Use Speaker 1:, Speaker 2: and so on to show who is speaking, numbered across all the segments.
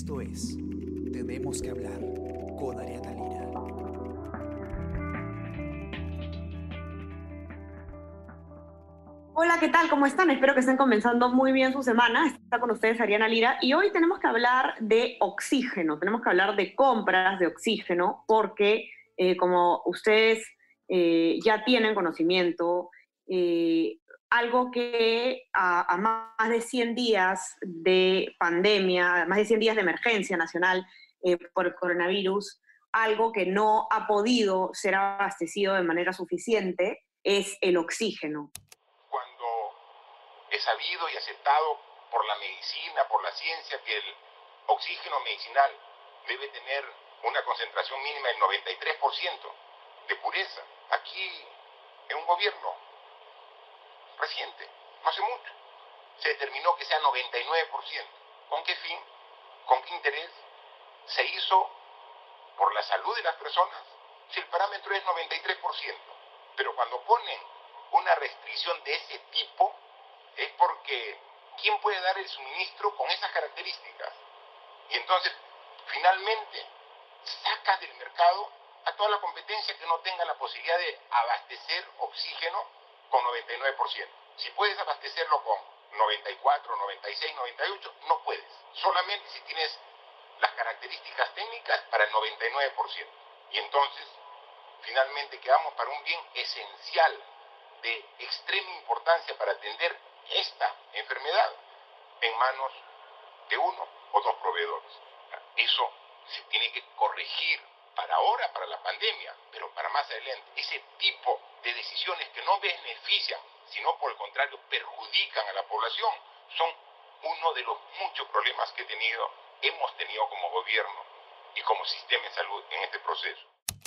Speaker 1: Esto es Tenemos que hablar con Ariana Lira.
Speaker 2: Hola, ¿qué tal? ¿Cómo están? Espero que estén comenzando muy bien su semana. Está con ustedes Ariana Lira y hoy tenemos que hablar de oxígeno, tenemos que hablar de compras de oxígeno porque como ustedes ya tienen conocimiento, algo que a más de 100 días de pandemia, más de 100 días de emergencia nacional por el coronavirus, algo que no ha podido ser abastecido de manera suficiente es el oxígeno.
Speaker 3: Es sabido y aceptado por la medicina, por la ciencia, que el oxígeno medicinal debe tener una concentración mínima del 93% de pureza. Aquí, en un gobierno reciente, no hace mucho, se determinó que sea 99%. ¿Con qué fin? ¿Con qué interés? Se hizo por la salud de las personas, si el parámetro es 93%. Pero cuando ponen una restricción de ese tipo, es porque ¿quién puede dar el suministro con esas características? Y entonces, finalmente, saca del mercado a toda la competencia que no tenga la posibilidad de abastecer oxígeno con 99%. Si puedes abastecerlo con 94, 96, 98, no puedes. Solamente si tienes las características técnicas para el 99%. Y entonces, finalmente, quedamos para un bien esencial de extrema importancia para atender esta enfermedad en manos de uno o dos proveedores. Eso se tiene que corregir para ahora, para la pandemia, pero para más adelante. Ese tipo de decisiones que no benefician, sino por el contrario perjudican a la población, son uno de los muchos problemas que hemos tenido como gobierno y como sistema de salud en este proceso.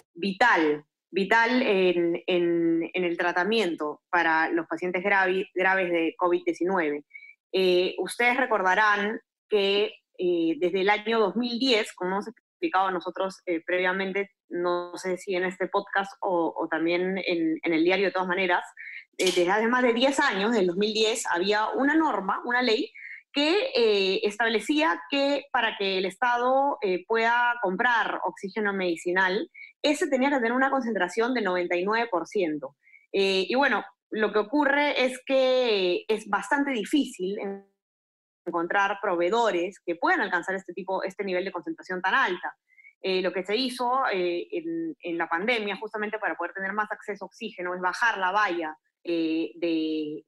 Speaker 2: Vital en el tratamiento para los pacientes graves de COVID-19. Ustedes recordarán que desde el año 2010, como hemos explicado nosotros previamente, no sé si en este podcast o también en el diario de todas maneras, desde hace más de 10 años, en el 2010, había una norma, una ley, que establecía que para que el Estado pueda comprar oxígeno medicinal, ese tenía que tener una concentración de 99%. Y bueno, lo que ocurre es que es bastante difícil encontrar proveedores que puedan alcanzar este nivel de concentración tan alta. Lo que se hizo en la pandemia, justamente para poder tener más acceso a oxígeno, es bajar la valla de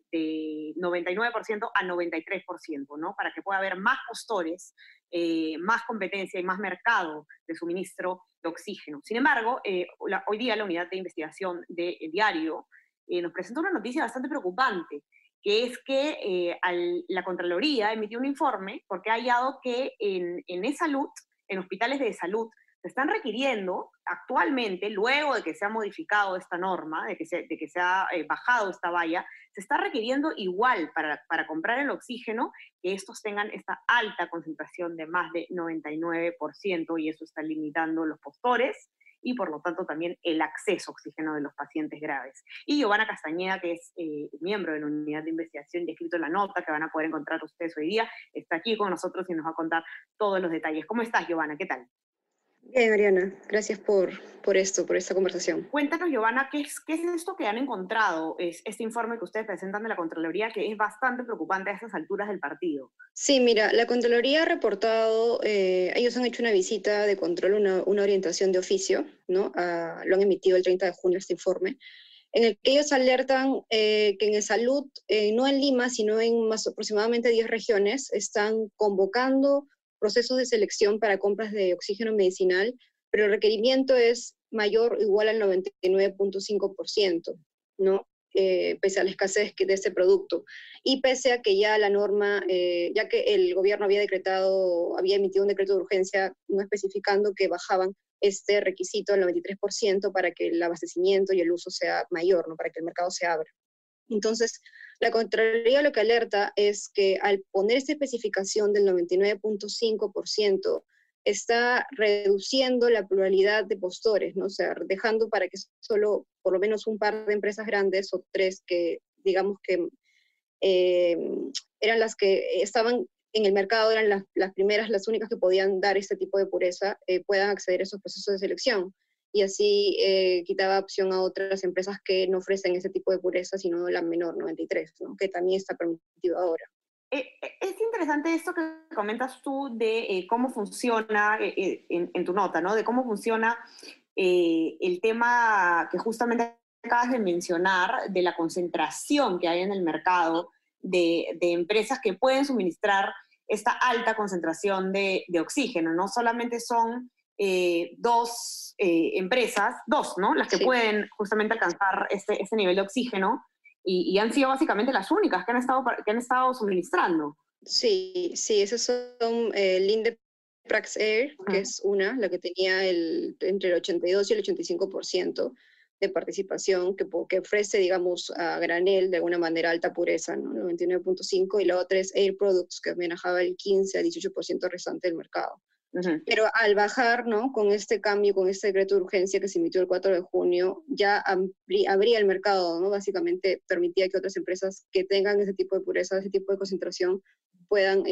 Speaker 2: 99% a 93%, ¿no? Para que pueda haber más postores, más competencia y más mercado de suministro de oxígeno. Sin embargo, hoy día la unidad de investigación del diario nos presenta una noticia bastante preocupante, que es que la Contraloría emitió un informe porque ha hallado que en e-salud, en hospitales de salud, se están requiriendo actualmente, luego de que se ha modificado esta norma, de que se ha bajado esta valla, se está requiriendo igual para comprar el oxígeno que estos tengan esta alta concentración de más de 99%, y eso está limitando los postores y por lo tanto también el acceso a oxígeno de los pacientes graves. Y Giovanna Castañeda, que es miembro de la unidad de investigación y ha escrito la nota que van a poder encontrar ustedes hoy día, está aquí con nosotros y nos va a contar todos los detalles. ¿Cómo estás, Giovanna? ¿Qué tal?
Speaker 4: Bien, Ariana, gracias por esta conversación.
Speaker 2: Cuéntanos, Giovanna, ¿qué es esto que han encontrado? Es este informe que ustedes presentan de la Contraloría, que es bastante preocupante a estas alturas del partido.
Speaker 4: Sí, mira, la Contraloría ha reportado, ellos han hecho una visita de control, una orientación de oficio, ¿no? Lo han emitido el 30 de junio este informe, en el que ellos alertan que en salud, no en Lima, sino en más aproximadamente 10 regiones, están convocando procesos de selección para compras de oxígeno medicinal, pero el requerimiento es mayor o igual al 99.5%, ¿no? Pese a la escasez de este producto. Y pese a que ya la norma, ya que el gobierno había emitido un decreto de urgencia no especificando que bajaban este requisito al 93% para que el abastecimiento y el uso sea mayor, ¿no? Para que el mercado se abra. Entonces, la Contraloría lo que alerta es que al poner esta especificación del 99.5%, está reduciendo la pluralidad de postores, ¿no? O sea, dejando para que solo por lo menos un par de empresas grandes o tres que, digamos que eran las que estaban en el mercado eran las primeras, las únicas que podían dar este tipo de pureza, puedan acceder a esos procesos de selección. Y así quitaba opción a otras empresas que no ofrecen ese tipo de pureza, sino la menor, 93, ¿no? Que también está permitido ahora.
Speaker 2: Es interesante esto que comentas tú de cómo funciona en tu nota, ¿no? De cómo funciona el tema que justamente acabas de mencionar, de la concentración que hay en el mercado de empresas que pueden suministrar esta alta concentración de oxígeno. No solamente son dos empresas, dos, ¿no? Las que
Speaker 4: Sí.
Speaker 2: pueden justamente alcanzar este nivel de oxígeno, y han sido básicamente las únicas que han estado suministrando.
Speaker 4: Sí, sí, esas son Linde Praxair, que es una, la que tenía entre el 82 y el 85% de participación, que ofrece, digamos, a granel, de alguna manera, alta pureza, ¿no? 99.5, y la otra es Air Products, que manejaba el 15 a 18% restante del mercado. Pero al bajar, ¿no? Con este cambio, con este decreto de urgencia que se emitió el 4 de junio, ya abría el mercado, ¿no? Básicamente permitía que otras empresas que tengan ese tipo de pureza, ese tipo de concentración, puedan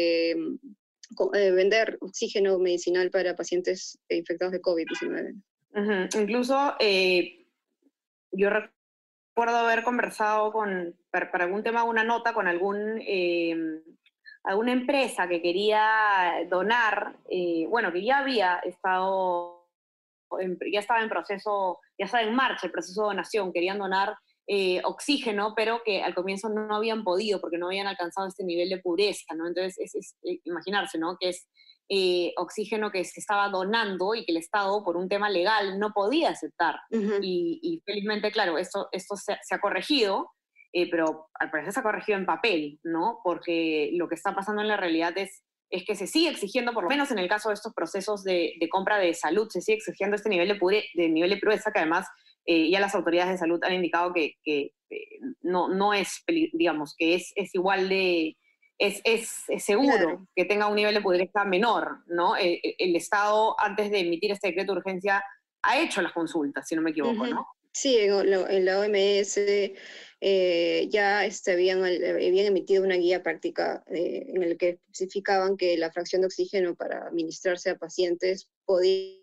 Speaker 4: vender oxígeno medicinal para pacientes infectados de COVID-19.
Speaker 2: Incluso yo recuerdo haber conversado para algún tema, una nota con alguna empresa que quería donar, bueno, que ya había estado, ya estaba en proceso, ya estaba en marcha el proceso de donación, querían donar oxígeno, pero que al comienzo no habían podido porque no habían alcanzado este nivel de pureza, ¿no? Entonces, imaginarse, ¿no? Que es oxígeno que se estaba donando y que el Estado, por un tema legal, no podía aceptar. Y felizmente, claro, esto se ha corregido, pero al parecer se ha corregido en papel, ¿no? Porque lo que está pasando en la realidad es que se sigue exigiendo, por lo menos en el caso de estos procesos de compra de salud, se sigue exigiendo este nivel nivel de pureza, que además ya las autoridades de salud han indicado que no es, digamos, que es igual de... Es seguro,
Speaker 4: Claro.
Speaker 2: que tenga un nivel de pureza menor, ¿no? El Estado, antes de emitir este decreto de urgencia, ha hecho las consultas, si no me equivoco, ¿no?
Speaker 4: Sí, en la OMS ya habían emitido una guía práctica en la que especificaban que la fracción de oxígeno para administrarse a pacientes podía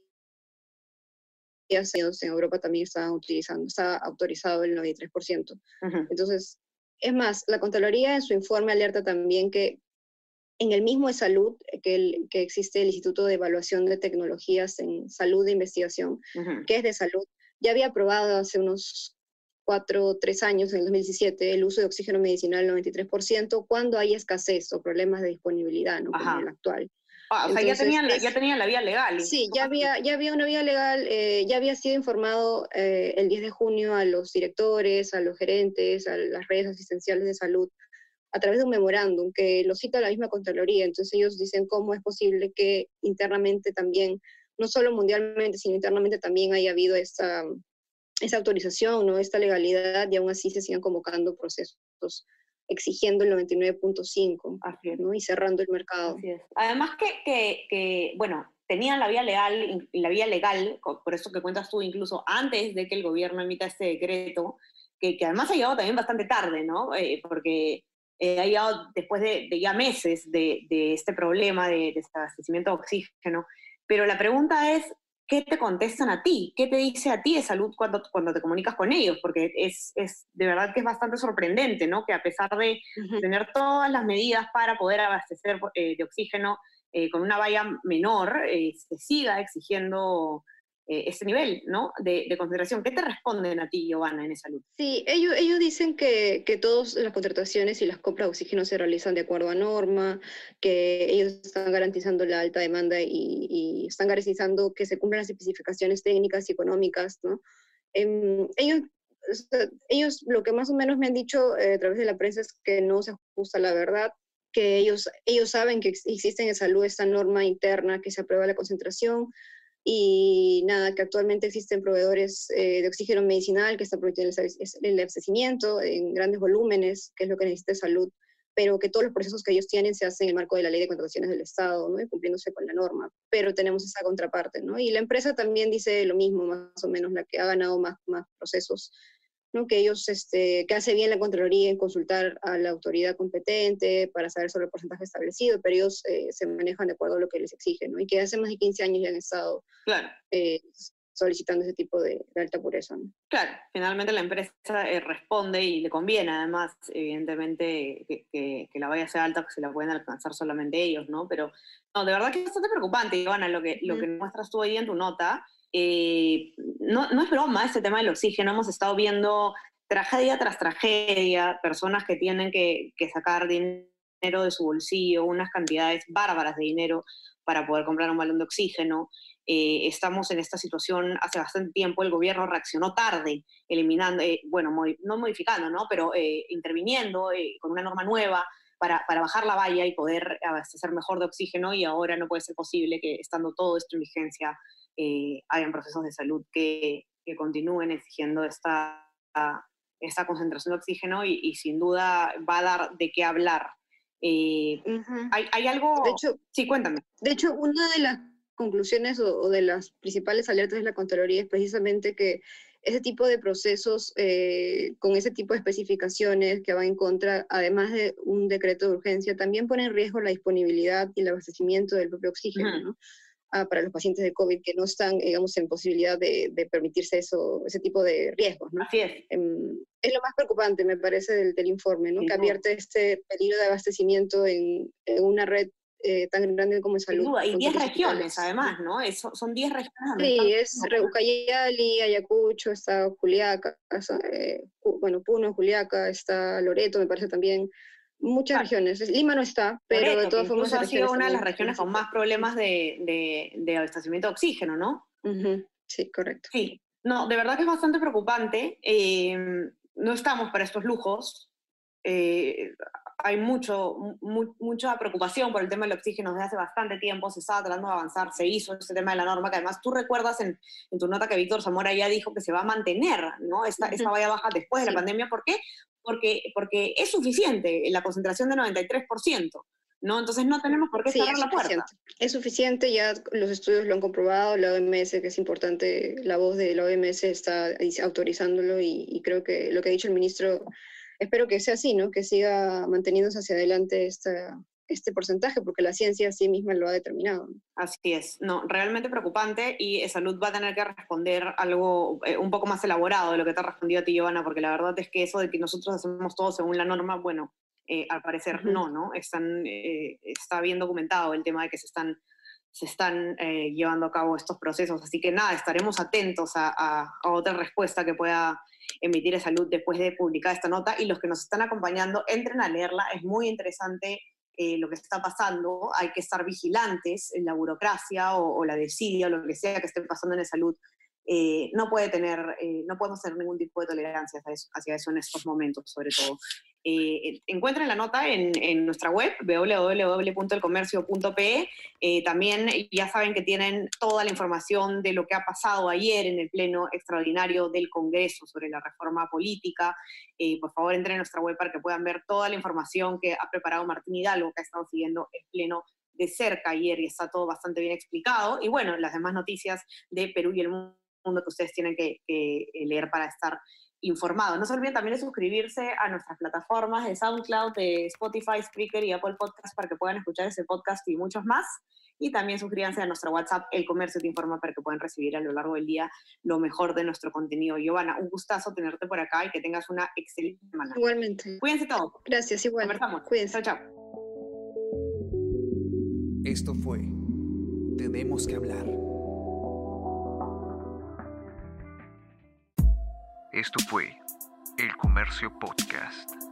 Speaker 4: ser, en Europa también estaban utilizando, estaba autorizado el 93%. Entonces, es más, la Contraloría en su informe alerta también que en el mismo de salud, que existe el Instituto de Evaluación de Tecnologías en Salud e Investigación, que es de salud, ya había aprobado hace unos 4 o 3 años, en el 2017, el uso de oxígeno medicinal 93% cuando hay escasez o problemas de disponibilidad, ¿no? Como el actual.
Speaker 2: O sea,
Speaker 4: Entonces,
Speaker 2: ya tenían la vía legal.
Speaker 4: sí, ya había una vía legal, ya había sido informado el 10 de junio a los directores, a los gerentes, a las redes asistenciales de salud, a través de un memorándum que lo cita la misma Contraloría. Entonces ellos dicen cómo es posible que internamente también, no solo mundialmente, sino internamente también haya habido esa autorización, ¿no? Esta legalidad, y aún así se sigan convocando procesos exigiendo el 99.5, ¿no? Y cerrando el mercado.
Speaker 2: Así es. Además bueno, tenían la vía legal, por eso que cuentas tú, incluso antes de que el gobierno emita este decreto, que además ha llegado también bastante tarde, ¿no? Porque ha llegado después de ya meses de este problema de desabastecimiento de oxígeno. Pero la pregunta es, ¿qué te contestan a ti? ¿Qué te dice a ti de salud cuando te comunicas con ellos? Porque es de verdad que es bastante sorprendente, ¿no? Que a pesar de tener todas las medidas para poder abastecer de oxígeno con una valla menor, se siga exigiendo ese nivel, ¿no? De concentración. ¿Qué te responden a ti, Giovanna, en salud?
Speaker 4: Sí, ellos dicen que todas las contrataciones y las compras de oxígeno se realizan de acuerdo a norma, que ellos están garantizando la alta demanda y están garantizando que se cumplan las especificaciones técnicas y económicas, ¿no? Ellos lo que más o menos me han dicho a través de la prensa es que no se ajusta a la verdad, que ellos saben que existe en salud esta norma interna que se aprueba la concentración, y nada, que actualmente existen proveedores de oxígeno medicinal que están produciendo el abastecimiento en grandes volúmenes, que es lo que necesita salud, pero que todos los procesos que ellos tienen se hacen en el marco de la ley de contrataciones del Estado, ¿no? Y cumpliéndose con la norma, pero tenemos esa contraparte, ¿no? Y la empresa también dice lo mismo, más o menos, la que ha ganado más procesos, ¿no? Que ellos, que hace bien la Contraloría en consultar a la autoridad competente para saber sobre el porcentaje establecido, pero ellos se manejan de acuerdo a lo que les exigen, ¿no? Y que hace más de 15 años ya han estado
Speaker 2: Claro.
Speaker 4: Solicitando ese tipo de alta pureza, ¿no?
Speaker 2: Claro, finalmente la empresa responde y le conviene, además, evidentemente, que la valla sea alta, que se la pueden alcanzar solamente ellos, ¿no? Pero, no, de verdad que es bastante preocupante, Ivana, lo que muestras tú ahí en tu nota. No es broma este tema del oxígeno, hemos estado viendo tragedia tras tragedia, personas que tienen que sacar dinero de su bolsillo, unas cantidades bárbaras de dinero para poder comprar un balón de oxígeno. Estamos en esta situación hace bastante tiempo, el gobierno reaccionó tarde, eliminando, no modificando, ¿no? Pero interviniendo con una norma nueva para bajar la valla y poder abastecer mejor de oxígeno, y ahora no puede ser posible que, estando todo esto en vigencia, hayan procesos de salud que continúen exigiendo esta concentración de oxígeno y sin duda va a dar de qué hablar. ¿Hay algo?
Speaker 4: De hecho,
Speaker 2: sí, cuéntame.
Speaker 4: De hecho, una de las conclusiones o de las principales alertas de la Contraloría es precisamente que ese tipo de procesos con ese tipo de especificaciones que van en contra, además de un decreto de urgencia, también pone en riesgo la disponibilidad y el abastecimiento del propio oxígeno, ¿no? Para los pacientes de COVID que no están, digamos, en posibilidad de permitirse ese tipo de riesgos, ¿no?
Speaker 2: Así es.
Speaker 4: Es lo más preocupante, me parece, del informe, ¿no? Que advierte este peligro de abastecimiento en una red tan grande como en salud.
Speaker 2: Sin duda, y 10 regiones además, ¿no? Son 10 regiones.
Speaker 4: Sí, es Ucayali, Ayacucho, está Juliaca, Puno, Juliaca, está Loreto, me parece también. Muchas regiones. Lima no está, pero
Speaker 2: Loreto,
Speaker 4: de todas formas...
Speaker 2: ha sido una de las regiones con más problemas de abastecimiento de oxígeno, ¿no?
Speaker 4: Sí, correcto.
Speaker 2: Sí, no, de verdad que es bastante preocupante. No estamos para estos lujos. Hay mucha preocupación por el tema del oxígeno desde hace bastante tiempo. Se estaba tratando de avanzar, se hizo ese tema de la norma, que además tú recuerdas en tu nota que Víctor Zamora ya dijo que se va a mantener, ¿no? Esta valla baja después de la pandemia. ¿Por qué? Porque es suficiente la concentración de 93%, ¿no? Entonces no tenemos por qué cerrar la puerta.
Speaker 4: Es suficiente, ya los estudios lo han comprobado, la OMS, que es importante, la voz de la OMS está autorizándolo, y creo que lo que ha dicho el ministro, espero que sea así, ¿no? Que siga manteniéndose hacia adelante este porcentaje, porque la ciencia sí misma lo ha determinado, ¿no?
Speaker 2: Así es, no, realmente preocupante, y Salud va a tener que responder algo un poco más elaborado de lo que te ha respondido a ti, Giovanna, porque la verdad es que eso de que nosotros hacemos todo según la norma, bueno, al parecer no, está bien documentado el tema de que se están llevando a cabo estos procesos, así que nada, estaremos atentos a otra respuesta que pueda emitir Salud después de publicar esta nota, y los que nos están acompañando, entren a leerla, es muy interesante lo que está pasando. Hay que estar vigilantes en la burocracia o la desidia o lo que sea que esté pasando en Salud. No podemos tener ningún tipo de tolerancia hacia eso en estos momentos, sobre todo. Encuentren la nota en nuestra web, www.elcomercio.pe. También ya saben que tienen toda la información de lo que ha pasado ayer en el pleno extraordinario del Congreso sobre la reforma política. Por favor, entren en nuestra web para que puedan ver toda la información que ha preparado Martín Hidalgo, que ha estado siguiendo el pleno de cerca ayer, y está todo bastante bien explicado. Y bueno, las demás noticias de Perú y el mundo que ustedes tienen que leer para estar informados. No se olviden también de suscribirse a nuestras plataformas de SoundCloud, de Spotify, Spreaker y Apple Podcasts para que puedan escuchar ese podcast y muchos más. Y también suscríbanse a nuestro WhatsApp, El Comercio Te Informa, para que puedan recibir a lo largo del día lo mejor de nuestro contenido. Giovanna, un gustazo tenerte por acá y que tengas una excelente semana.
Speaker 4: Igualmente.
Speaker 2: Cuídense todos.
Speaker 4: Gracias, igual.
Speaker 2: Conversamos.
Speaker 4: Cuídense.
Speaker 2: Chao, chao.
Speaker 1: Esto fue Tenemos que hablar.
Speaker 5: Esto fue El Comercio Podcast.